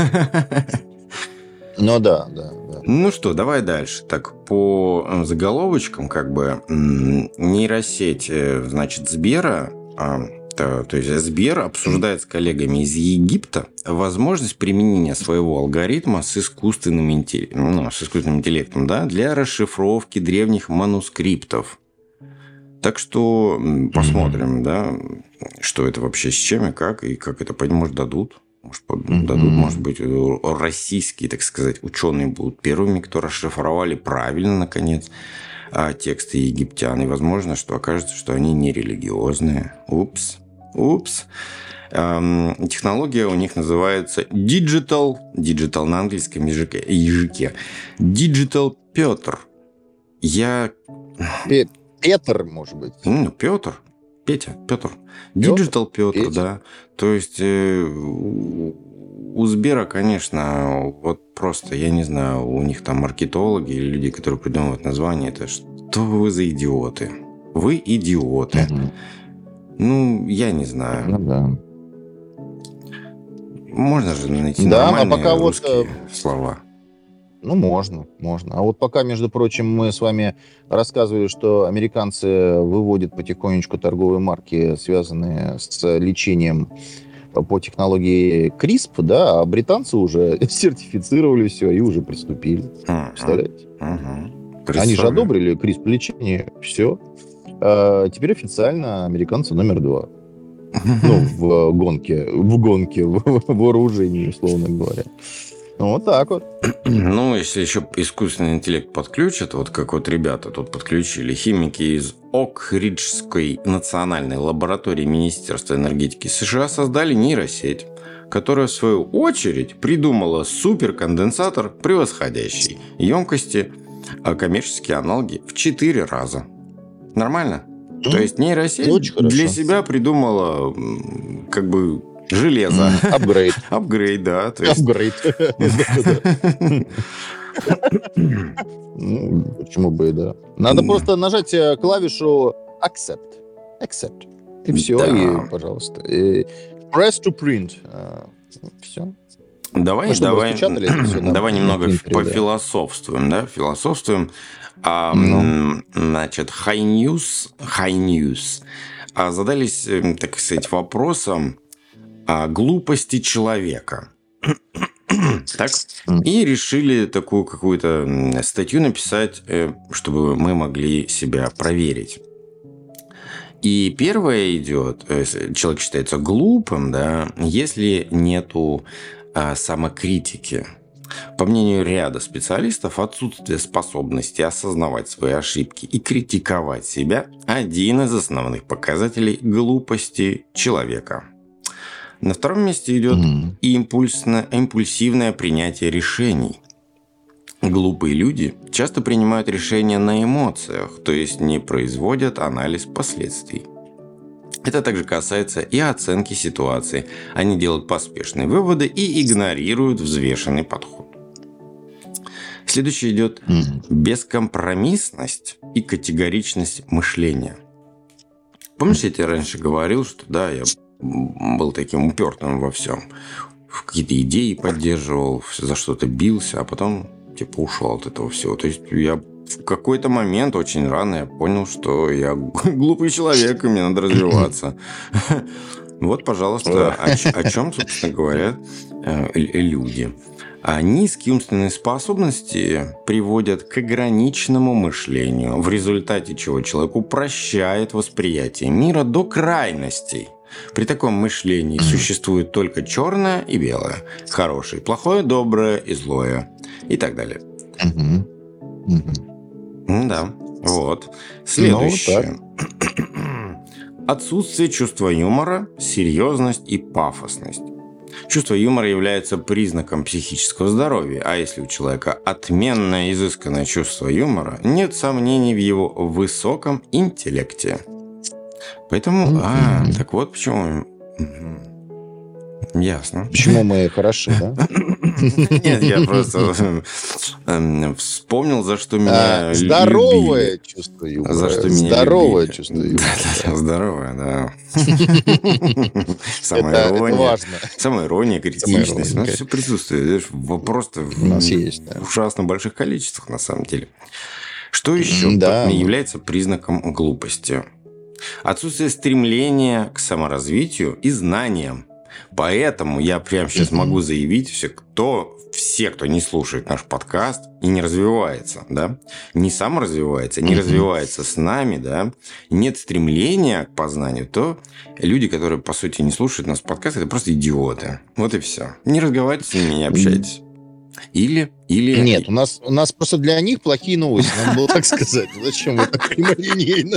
Ну да, да, да. Ну что, давай дальше. Так, по э, заголовочкам, как бы, м, нейросеть, э, значит, Сбера, а, то, то есть Сбер обсуждает с коллегами из Египта возможность применения своего алгоритма с искусственным, интелли- ну, с искусственным интеллектом, да, для расшифровки древних манускриптов. Так что м, посмотрим, да, что это вообще с чем и как, и как это, понять, может, дадут. Может, под- Мгм. дадут, может быть, э, российские, так сказать, ученые будут первыми, кто расшифровали правильно, наконец, а, тексты египтян. И возможно, что окажется, что они не религиозные. Упс. Упс. Эм, технология у них называется Digital. Digital на английском языке. языке. Digital Петр. Я... Пе- Петр, может быть. Ну, Петр. Петя, Петр. Digital Петр, Петя. да. То есть э, у у Сбера, конечно, вот просто, я не знаю, у них там маркетологи или люди, которые придумывают название, это что вы за идиоты? Вы идиоты. Мгм. Ну, я не знаю. Ну да. Можно же найти Да, а нормальные пока вот, русские э, слова. Ну, можно, можно. А вот пока, между прочим, мы с вами рассказывали, что американцы выводят потихонечку торговые марки, связанные с лечением по технологии крисп, да, а британцы уже сертифицировали все и уже приступили. Мгм. Представляете? Мгм. Они же Представляю. одобрили крисп-лечение, все. Теперь официально американцы номер два. Ну, в гонке, в гонке, в вооружении, условно говоря. Вот так вот. Ну, если еще искусственный интеллект подключат, вот как вот ребята тут подключили, химики из Окриджской национальной лаборатории Министерства энергетики США создали нейросеть, которая в свою очередь придумала суперконденсатор превосходящей емкости, а коммерческие аналоги в четыре раза. Нормально? То есть нейросеть Очень хорошо. для себя придумала м, как бы железо. М, Апгрейд. Апгрейд, да. То есть... Апгрейд. Да-да-да. Ну, почему бы и да. Надо Да. просто нажать э, клавишу Accept. Accept. И все, Да. и, пожалуйста. И press to print. Все. Давай, Ну, чтобы давай, распечатали это всё, да, давай на немного принтере, да. пофилософствуем, да, философствуем. А, Ну. м, Значит, High News, High News а, задались, эм, так сказать, вопросом о глупости человека. Так? И решили такую какую-то м, статью написать, э, чтобы мы могли себя проверить. И первое идет, э, с- человек считается глупым, да, если нету а, самокритики. По мнению ряда специалистов, отсутствие способности осознавать свои ошибки и критиковать себя – один из основных показателей глупости человека. На втором месте идет Мгм. импульсно, импульсивное принятие решений. Глупые люди часто принимают решения на эмоциях, то есть не производят анализ последствий. Это также касается и оценки ситуации. Они делают поспешные выводы и игнорируют взвешенный подход. Следующий идет Мгм. бескомпромиссность и категоричность мышления. Помнишь, я тебе раньше говорил, что да, я был таким упертым во всем. Какие-то идеи поддерживал, за что-то бился, а потом типа ушел от этого всего. То есть я в какой-то момент, очень рано, я понял, что я глупый человек, и мне надо развиваться. Вот, пожалуйста, о, о чем, собственно, говорят люди. А низкие умственные способности приводят к ограниченному мышлению, в результате чего человек упрощает восприятие мира до крайностей. При таком мышлении существует только черное и белое, хорошее, плохое, доброе и злое и так далее. Угу. Угу. Да, вот. Следующее. Отсутствие чувства юмора, серьезность и пафосность. Чувство юмора является признаком психического здоровья, а если у человека отменное изысканное чувство юмора, нет сомнений в его высоком интеллекте. Поэтому, а, так вот почему... Ясно. Почему мы хороши, да? Нет, я просто вспомнил, за что меня Здоровое чувство юмора. За что меня Здоровое чувство юмора. Здоровое, да. Самая ирония. Самая ирония, критичность. У нас все присутствует. Просто в ужасно больших количествах, на самом деле. Что еще является признаком глупости? Отсутствие стремления к саморазвитию и знаниям. Поэтому я прямо сейчас могу заявить, все, кто, все, кто не слушает наш подкаст и не развивается, да, не саморазвивается, не развивается с нами, да, нет стремления к познанию, то люди, которые, по сути, не слушают наш подкаст, это просто идиоты. Вот и все. Не разговаривайте с ними, не общайтесь. Или, или... Нет, у нас, у нас просто для них плохие новости, надо было так сказать. Зачем вы так прямолинейно?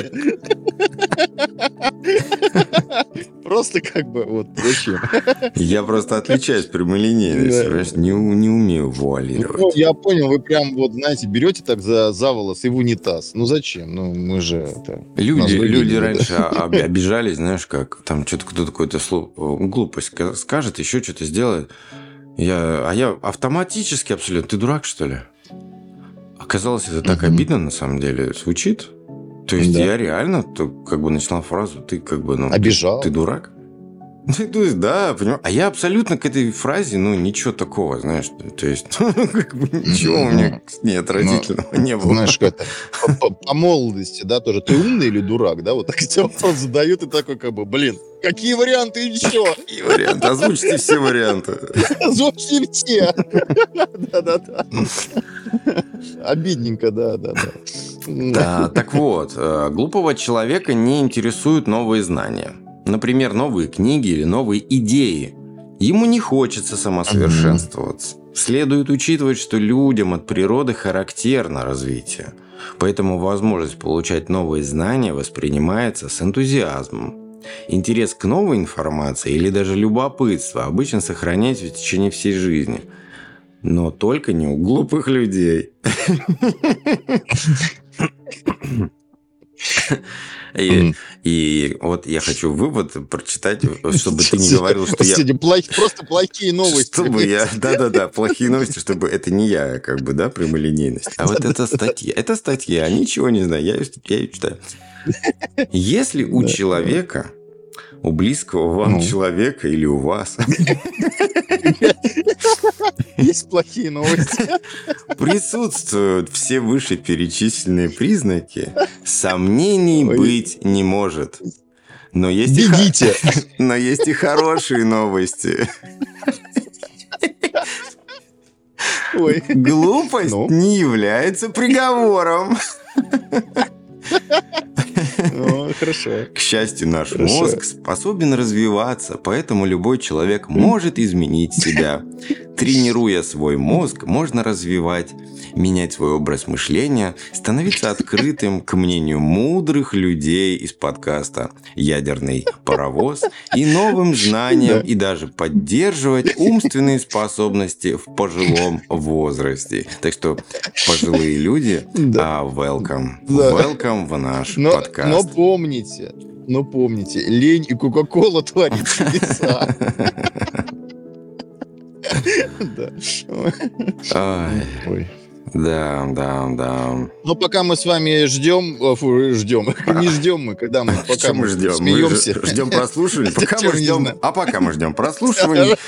Просто как бы, вот, зачем? Я просто отличаюсь прямолинейностью, не, не умею вуалировать. Ну, я понял, вы прям, вот, знаете, берете так за, за волос и в унитаз. Ну, зачем? Ну, мы же... Это, люди люди да? раньше обижались, знаешь, как, там что-то кто-то какое-то слово, глупость скажет, еще что-то сделает. Я, а я автоматически абсолютно... Ты дурак, что ли? Оказалось, это так uh-huh. обидно, на самом деле, звучит. То есть, да. я реально то, как бы начинал фразу, ты как бы... Ну, обижал. Ты, ты дурак? То есть, да, понимаешь. А я абсолютно к этой фразе, ну, ничего такого, знаешь. То есть, как бы ничего у меня с ней отразительного не было. Знаешь, как по молодости, да, тоже. Ты умный или дурак, да? Вот так тебе вопрос задают, и такой, как бы, блин, какие варианты еще? Какие варианты? Озвучьте все варианты. Озвучьте все. Да-да-да. Обидненько, да-да-да. Да, так вот, глупого человека не интересуют новые знания. Например, новые книги или новые идеи. Ему не хочется самосовершенствоваться. Следует учитывать, что людям от природы характерно развитие. Поэтому возможность получать новые знания воспринимается с энтузиазмом. Интерес к новой информации или даже любопытство обычно сохраняется в течение всей жизни. Но только не у глупых людей. И, mm. и вот я хочу вывод прочитать, чтобы ты не говорил, что я... Просто плохие новости. Чтобы я... Да-да-да, плохие новости, чтобы это не я, как бы, да, прямолинейность. А вот это статья. Это статья, ничего не знаю, я ее читаю. Если у человека, у близкого вам человека или у вас... Есть плохие новости. Присутствуют все вышеперечисленные признаки, сомнений Ой. быть не может. Но есть, Бегите. И х... Но есть и хорошие новости. Ой. Глупость ну? не является приговором. Ну, хорошо. К счастью, наш хорошо. мозг способен развиваться, поэтому любой человек может изменить себя. Тренируя свой мозг, можно развивать, менять свой образ мышления, становиться открытым к мнению мудрых людей из подкаста «Ядерный паровоз» и новым знаниям, да. и даже поддерживать умственные способности в пожилом возрасте. Так что, пожилые люди, да. uh, welcome. Да. Welcome в наш но, подкаст. Но помните, но помните, лень и Кока-Кола творит чудеса. Да. Ой. Да, да, да. Но пока мы с вами ждем, фу, ждем, не ждем мы, когда мы, пока мы ждем, смеемся. Мы ждем прослушивания, пока мы ждем, а пока мы ждем прослушивания.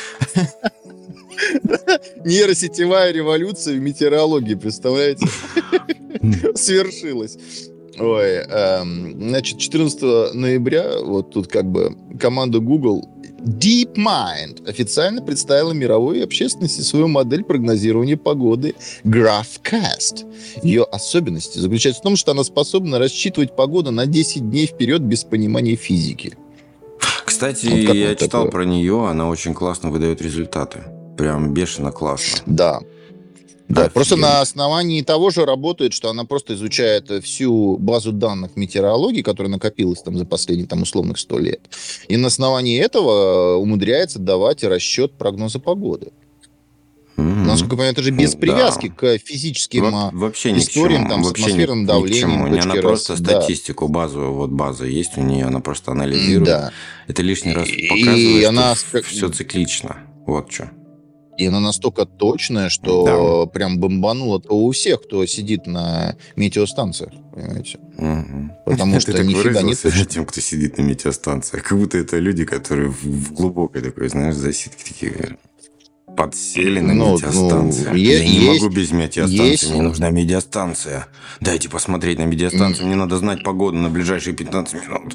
Нейросетевая революция в метеорологии, представляете? свершилось. Ой, эм, значит, четырнадцатого ноября вот тут как бы команда Google DeepMind официально представила мировой общественности свою модель прогнозирования погоды GraphCast. Ее особенность заключается в том, что она способна рассчитывать погоду на десять дней вперед без понимания физики. Кстати, Вот я вот читал такое. про нее, она очень классно выдает результаты. Прям бешено классно. Да. Да, Офигенно. просто на основании того же работает, что она просто изучает всю базу данных метеорологии, которая накопилась там за последние там условных сто лет. И на основании этого умудряется давать расчет прогноза погоды. М-м. Насколько я понимаю, это же без Да. привязки к физическим Во- а, вообще ни к историям, чему. там, с Вообще ни- атмосферным ни к давлением, чему. Не, она точки просто раз- да. статистику, базу, вот база есть у нее, она просто анализирует. Да. Это лишний раз И- показывает, и она что ска- все циклично. Вот что. И она настолько точная, что прям бомбанула то у всех, кто сидит на метеостанциях, понимаете? Мгм. Потому Ты что так нифига не выразился точно. тем, кто сидит на метеостанциях. Как будто это люди, которые в, в глубокой такой, знаешь, засидке такие подсели на Ну, метеостанцию. ну, Я е- не есть- могу без метеостанции, есть- мне нужна медиастанция. Дайте посмотреть на медиастанцию, мне надо знать погоду на ближайшие пятнадцать минут.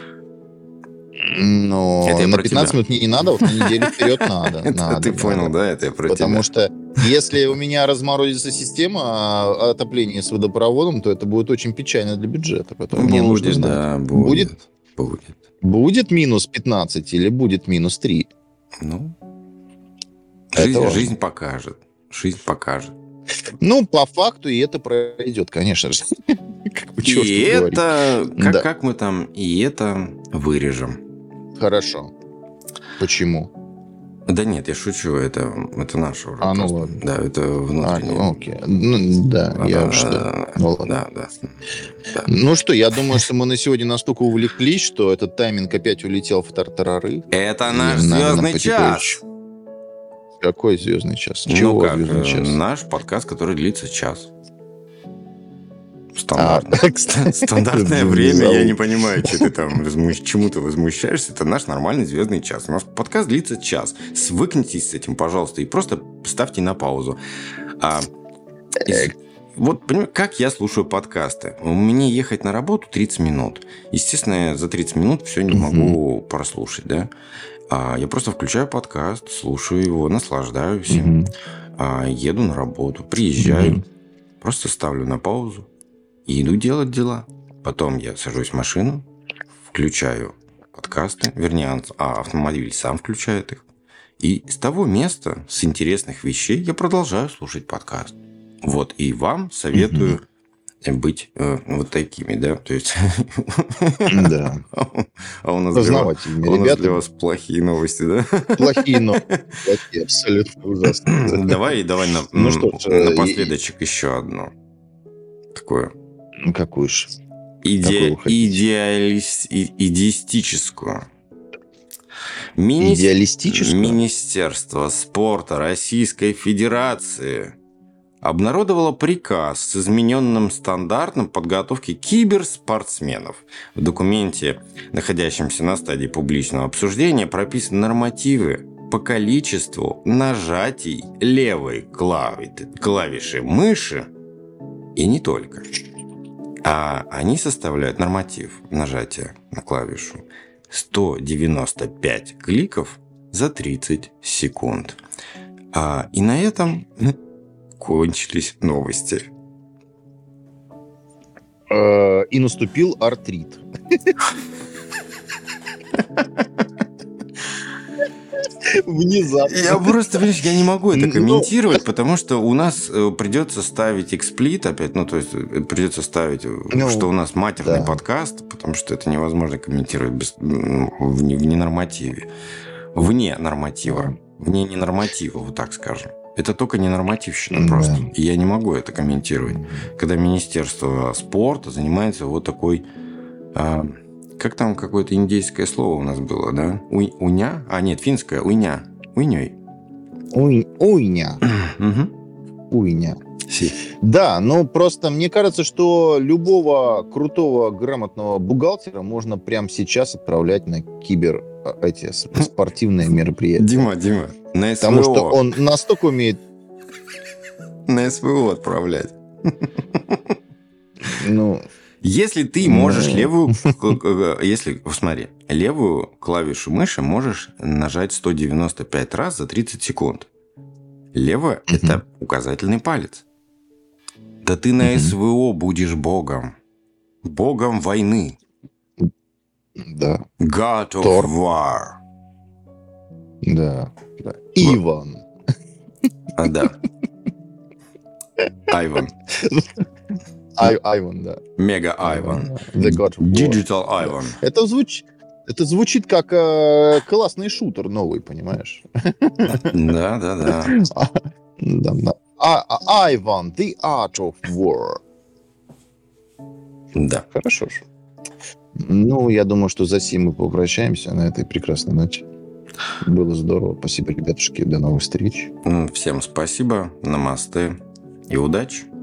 Но Это я на про пятнадцать тебя. минут мне не надо, вот на неделю вперед надо. Это надо, ты понял, надо. да? Это я про Потому тебя. что если у меня разморозится система а, отопления с водопроводом, то это будет очень печально для бюджета. Поэтому мне нужно Будет, знать. да, Будет? будет. Будет. Будет минус пятнадцать или будет минус три? Ну, Это жизнь, важно. жизнь покажет. Жизнь покажет. Ну, по факту и это пройдет, конечно же. Как бы чё ж И тут говорить. это, как, Да. как мы там, и это вырежем. Хорошо. Почему? Да нет, я шучу, это, это наше уже. А, ну просто. ладно. Да, это А, внутреннее. ну, окей. Ну, да, Да, я да, что. да, Ну, ладно. да, да. Ну что, я думаю, что мы на сегодня настолько увлеклись, что этот тайминг опять улетел в тартарары. Это И наш нам- нам звездный час. потихонечку. Какой звездный час? Ну Чего как, звездный э, час? наш подкаст, который длится час. А, Стандартно. кстати, Стандартное это время, я зовут. не понимаю, что ты там возмущ- чему ты возмущаешься. Это наш нормальный звездный час. У нас подкаст длится час. Свыкнитесь с этим, пожалуйста, и просто ставьте на паузу. А, из- вот, понимаешь, как я слушаю подкасты? У меня ехать на работу тридцать минут. Естественно, я за тридцать минут все не Мгм. могу могу прослушать, да? А я просто включаю подкаст, слушаю его, наслаждаюсь им. Мгм. А, еду на работу, приезжаю, Мгм. просто ставлю на паузу и иду делать дела. Потом я сажусь в машину, включаю подкасты, вернее, ан- а, автомобиль сам включает их. И с того места, с интересных вещей, я продолжаю слушать подкаст. Вот, и вам советую быть э, вот такими, да, то есть... Да. А у нас для вас- Познавательными а у нас ребята. для вас плохие новости, да? Плохие, но плохие, абсолютно ужасные. Давай, давай на, Ну м, что ж, э, напоследочек еще одно. Такое. Ну, какую ж. Иде... Какую вы хотите? идеалис- и- идеалистическую. Мини- Идеалистическую? Министерство спорта Российской Федерации обнародовало приказ с измененным стандартом подготовки киберспортсменов. В документе, находящемся на стадии публичного обсуждения, прописаны нормативы по количеству нажатий левой клави- клавиши мыши и не только. А они составляют норматив нажатия на клавишу сто девяносто пять кликов за тридцать секунд. А, и на этом кончились новости. Э, И наступил артрит. Внезапно. Я просто, понимаешь, я не могу это Ну, комментировать, потому что у нас э, придется ставить эксплит опять, ну, то есть э, придется ставить, э, Ну, что у нас матерный да. подкаст, потому что это невозможно комментировать без, м, в, не- в ненормативе. Вне норматива. Вне ненорматива, вот так скажем. Это только ненормативщина Да. просто. И я не могу это комментировать. Когда Министерство спорта занимается вот такой... а, как там какое-то индейское слово у нас было, да? Уй- уня? А, нет, финское. Уйня. Уйней. Уй- Уйня. Угу. Уйня. Си. Да, но просто мне кажется, что любого крутого, грамотного бухгалтера можно прямо сейчас отправлять на кибер а, эти с- спортивные мероприятия. Дима, Дима, на СВО. Потому что он настолько умеет... На СВО отправлять. Ну, Если ты можешь левую... Если, смотри, левую клавишу мыши можешь нажать сто девяносто пять раз за тридцать секунд. Левая – это указательный палец. Да ты на СВО будешь богом. Богом войны. Да. God of Тор. War. Да. да. Иван. А, да. Айван. Ай, Айван, да. Мега Айван. The God of War. Digital Айван. Это, звуч... Это звучит как э, классный шутер новый, понимаешь? Да, да, да. Да, да. А- а- Айван, The Art of War. Да. Хорошо же. Ну, я думаю, что за сим мы попрощаемся на этой прекрасной ноте. Было здорово. Спасибо, ребятушки. До новых встреч. Всем спасибо. Намасте. И удачи.